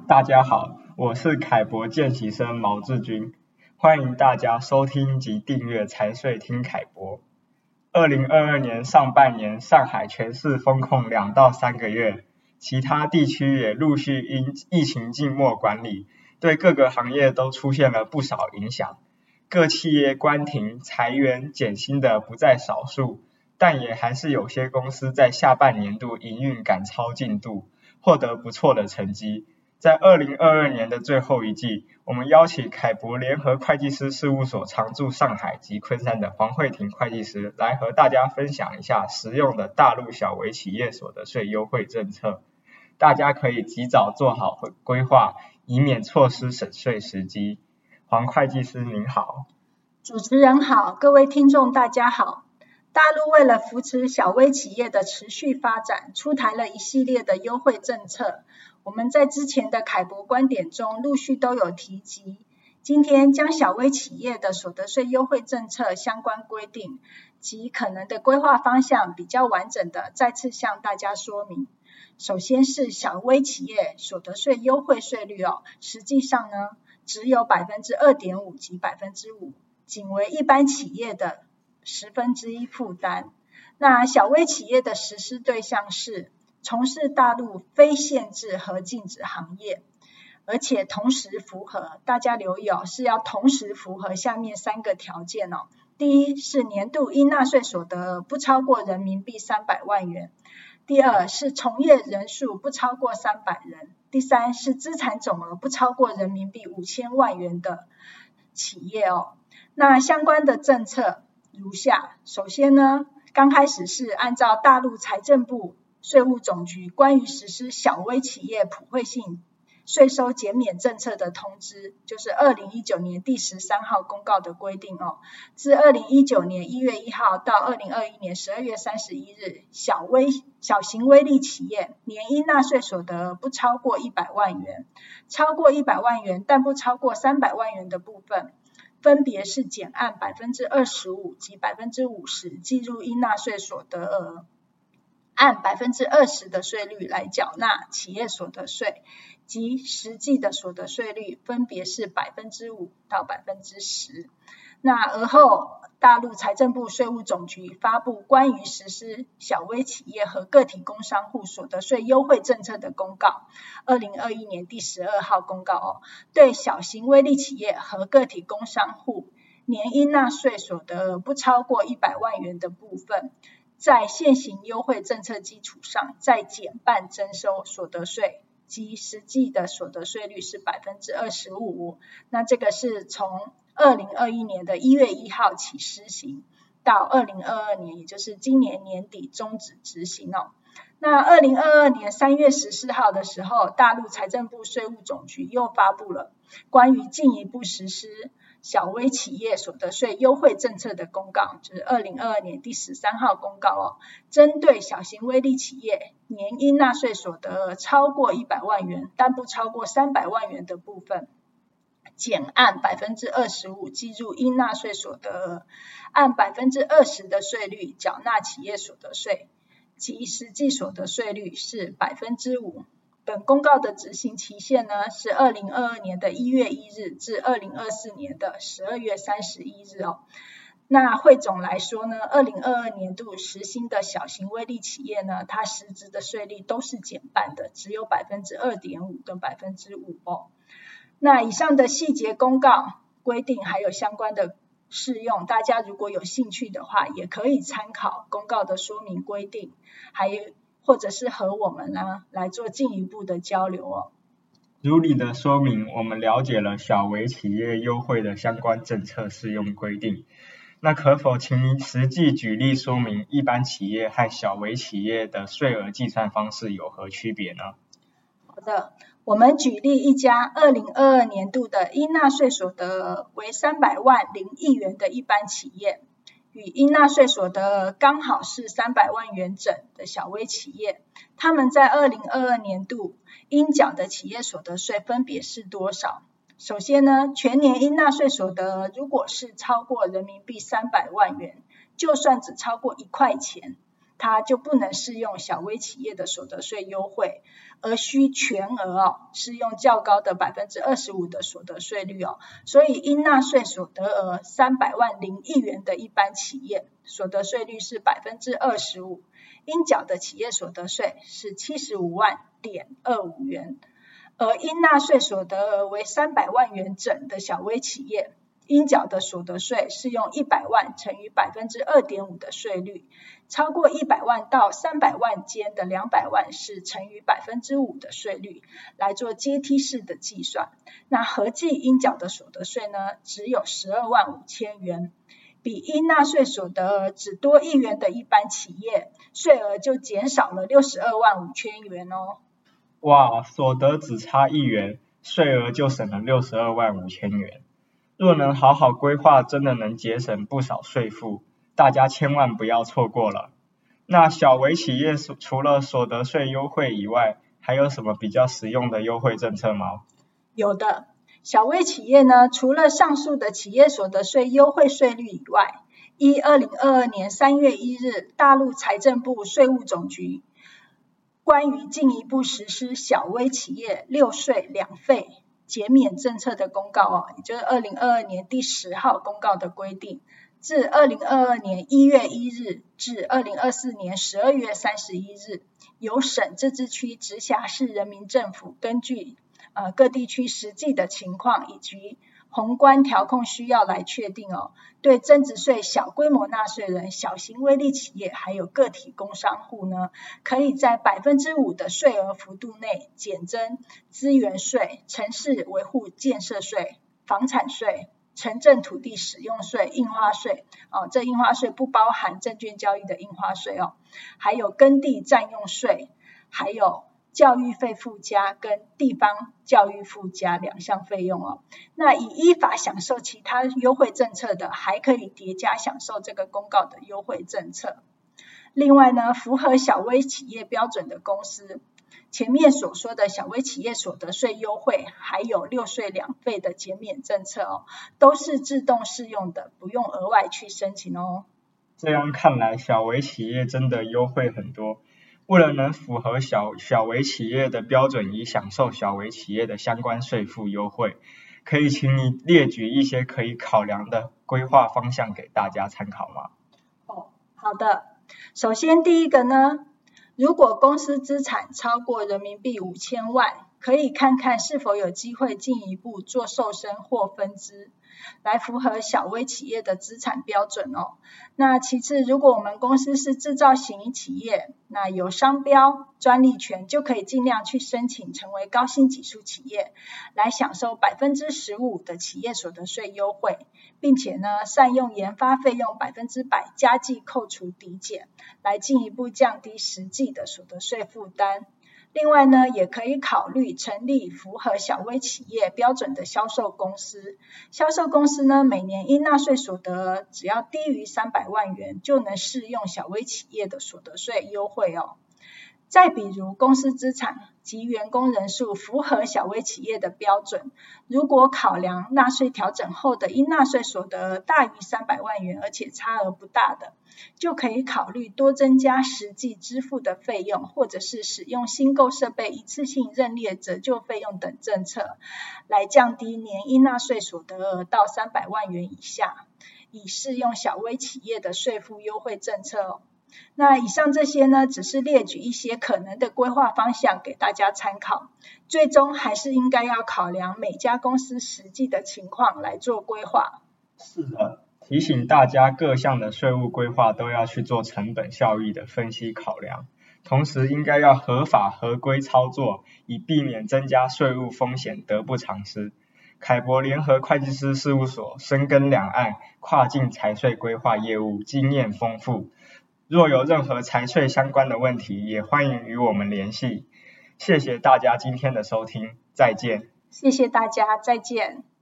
大家好，我是凯博见习生毛志军，欢迎大家收听及订阅财税听凯博。2022年上半年，上海全市封控2到3个月，其他地区也陆续因疫情静默管理，对各个行业都出现了不少影响。各企业关停、裁员、减薪的不在少数，但也还是有些公司在下半年度营运赶超进度，获得不错的成绩。在2022年的最后一季，我们邀请凯博联合会计师事务所常驻上海及昆山的黄慧婷会计师来和大家分享一下实用的大陆小微企业所得税优惠政策，大家可以及早做好规划，以免错失省税时机。黄会计师您好。 主持人好，各位听众大家好。大陆为了扶持小微企业的持续发展，出台了一系列的优惠政策。我们在之前的凯博观点中陆续都有提及，今天将小微企业的所得税优惠政策相关规定及可能的规划方向比较完整的再次向大家说明。首先是小微企业所得税优惠税率实际上呢只有 2.5% 及 5%， 仅为一般企业的1/10负担。那小微企业的实施对象是从事大陆非限制和禁止行业，而且同时符合，大家留意是要同时符合下面3个条件第一是年度应纳税所得不超过人民币300万元，第二是从业人数不超过300人，第三是资产总额不超过人民币5000万元的企业那相关的政策如下，首先呢，刚开始是按照大陆财政部税务总局关于实施小微企业普惠性税收减免政策的通知，就是2019年第13号公告的规定自2019年1月1号到2021年12月31日，小型微利企业年应纳税所得不超过100万元，超过100万元但不超过300万元的部分，分别是减按 25% 及 50% 计入应纳税所得额，按 20% 的税率来缴纳企业所得税，及实际的所得税率分别是 5% 到 10%。 那而后大陆财政部税务总局发布关于实施小微企业和个体工商户所得税优惠政策的公告，2021年第12号公告对小型微利企业和个体工商户年应纳税所得不超过100万元的部分，在现行优惠政策基础上再减半征收所得税，及实际的所得税率是 25%。 那这个是从2021年的1月1号起施行，到2022年也就是今年年底终止执行那2022年3月14号的时候，大陆财政部税务总局又发布了关于进一步实施小微企业所得税优惠政策的公告，就是2022年第13号公告针对小型微利企业年应纳税所得额超过100万元但不超过300万元的部分，减按 25% 计入应纳税所得额，按 20% 的税率缴纳企业所得税，及实际所得税率是 5%。本公告的执行期限呢是2022年的1月1日至2024年的12月31日那汇总来说呢，2022年度实行的小型微利企业呢，它实质的税率都是减半的，只有 2.5% 跟 5% 那以上的细节公告规定还有相关的适用，大家如果有兴趣的话，也可以参考公告的说明规定，还有或者是和我们呢来做进一步的交流如你的说明，我们了解了小微企业优惠的相关政策适用规定。那可否请您实际举例说明一般企业和小微企业的税额计算方式有何区别呢？ 好的，我们举例一家2022年度的应纳税所得额为300万0亿元的一般企业，与应纳税所得额刚好是300万元整的小微企业，他们在2022年度应缴的企业所得税分别是多少？首先呢，全年应纳税所得额如果是超过人民币300万元，就算只超过1块钱， 它就不能适用小微企业的所得税优惠，而需全额适用较高的 25% 的所得税率所以应纳税所得额300万零1元的一般企业，所得税率是 25%， 应缴的企业所得税是75万点25元，而应纳税所得额为300万元整的小微企业，应缴的所得税是用100万乘以 2.5% 的税率，超过100万到300万间的200万是乘以 5% 的税率来做阶梯式的计算。那合计应缴的所得税呢，只有12万5千元，比应纳税所得额只多1元的一般企业，税额就减少了62万5千元哇，所得只差1元，税额就省了62万5千元。若能好好规划，真的能节省不少税负，大家千万不要错过了。那小微企业除了所得税优惠以外，还有什么比较实用的优惠政策吗？ 有的，小微企业呢，除了上述的企业所得税优惠税率以外，依2022年3月1日大陆财政部税务总局关于进一步实施小微企业6税2费减免政策的公告也就是2022年第10号公告的规定，自2022年1月1日至2024年12月31日，由省自治区直辖市人民政府根据各地区实际的情况以及宏观调控需要来确定对增值税小规模纳税人、小型微利企业还有个体工商户呢，可以在 5% 的税额幅度内减征资源税、城市维护建设税、房产税、城镇土地使用税、印花税这印花税不包含证券交易的印花税还有耕地占用税，还有教育费附加跟地方教育附加2项费用那已依法享受其他优惠政策的，还可以叠加享受这个公告的优惠政策。另外呢，符合小微企业标准的公司，前面所说的小微企业所得税优惠，还有6税2费的减免政策都是自动适用的，不用额外去申请这样看来，小微企业真的优惠很多。为了能符合小微企业的标准，以享受小微企业的相关税负优惠，可以请你列举一些可以考量的规划方向给大家参考吗？ 好的。首先第一个呢，如果公司资产超过人民币5000万，可以看看是否有机会进一步做瘦身或分支，来符合小微企业的资产标准那其次，如果我们公司是制造型企业，那有商标、专利权，就可以尽量去申请成为高新技术企业，来享受 15% 的企业所得税优惠，并且呢，善用研发费用 100% 加计扣除抵减，来进一步降低实际的所得税负担。另外呢，也可以考虑成立符合小微企业标准的销售公司。销售公司呢，每年应纳税所得额只要低于300万元，就能适用小微企业的所得税优惠再比如公司资产及员工人数符合小微企业的标准，如果考量纳税调整后的应纳税所得额大于300万元，而且差额不大的，就可以考虑多增加实际支付的费用，或者是使用新购设备一次性认列折旧费用等政策，来降低年应纳税所得额到300万元以下，以适用小微企业的税负优惠政策那以上这些呢，只是列举一些可能的规划方向给大家参考，最终还是应该要考量每家公司实际的情况来做规划。 是的，提醒大家各项的税务规划都要去做成本效益的分析考量，同时应该要合法合规操作，以避免增加税务风险得不偿失。凯博联合会计师事务所深耕两岸跨境财税规划业务，经验丰富。若有任何财税相关的问题，也欢迎与我们联系。谢谢大家今天的收听，再见。 谢谢大家，再见。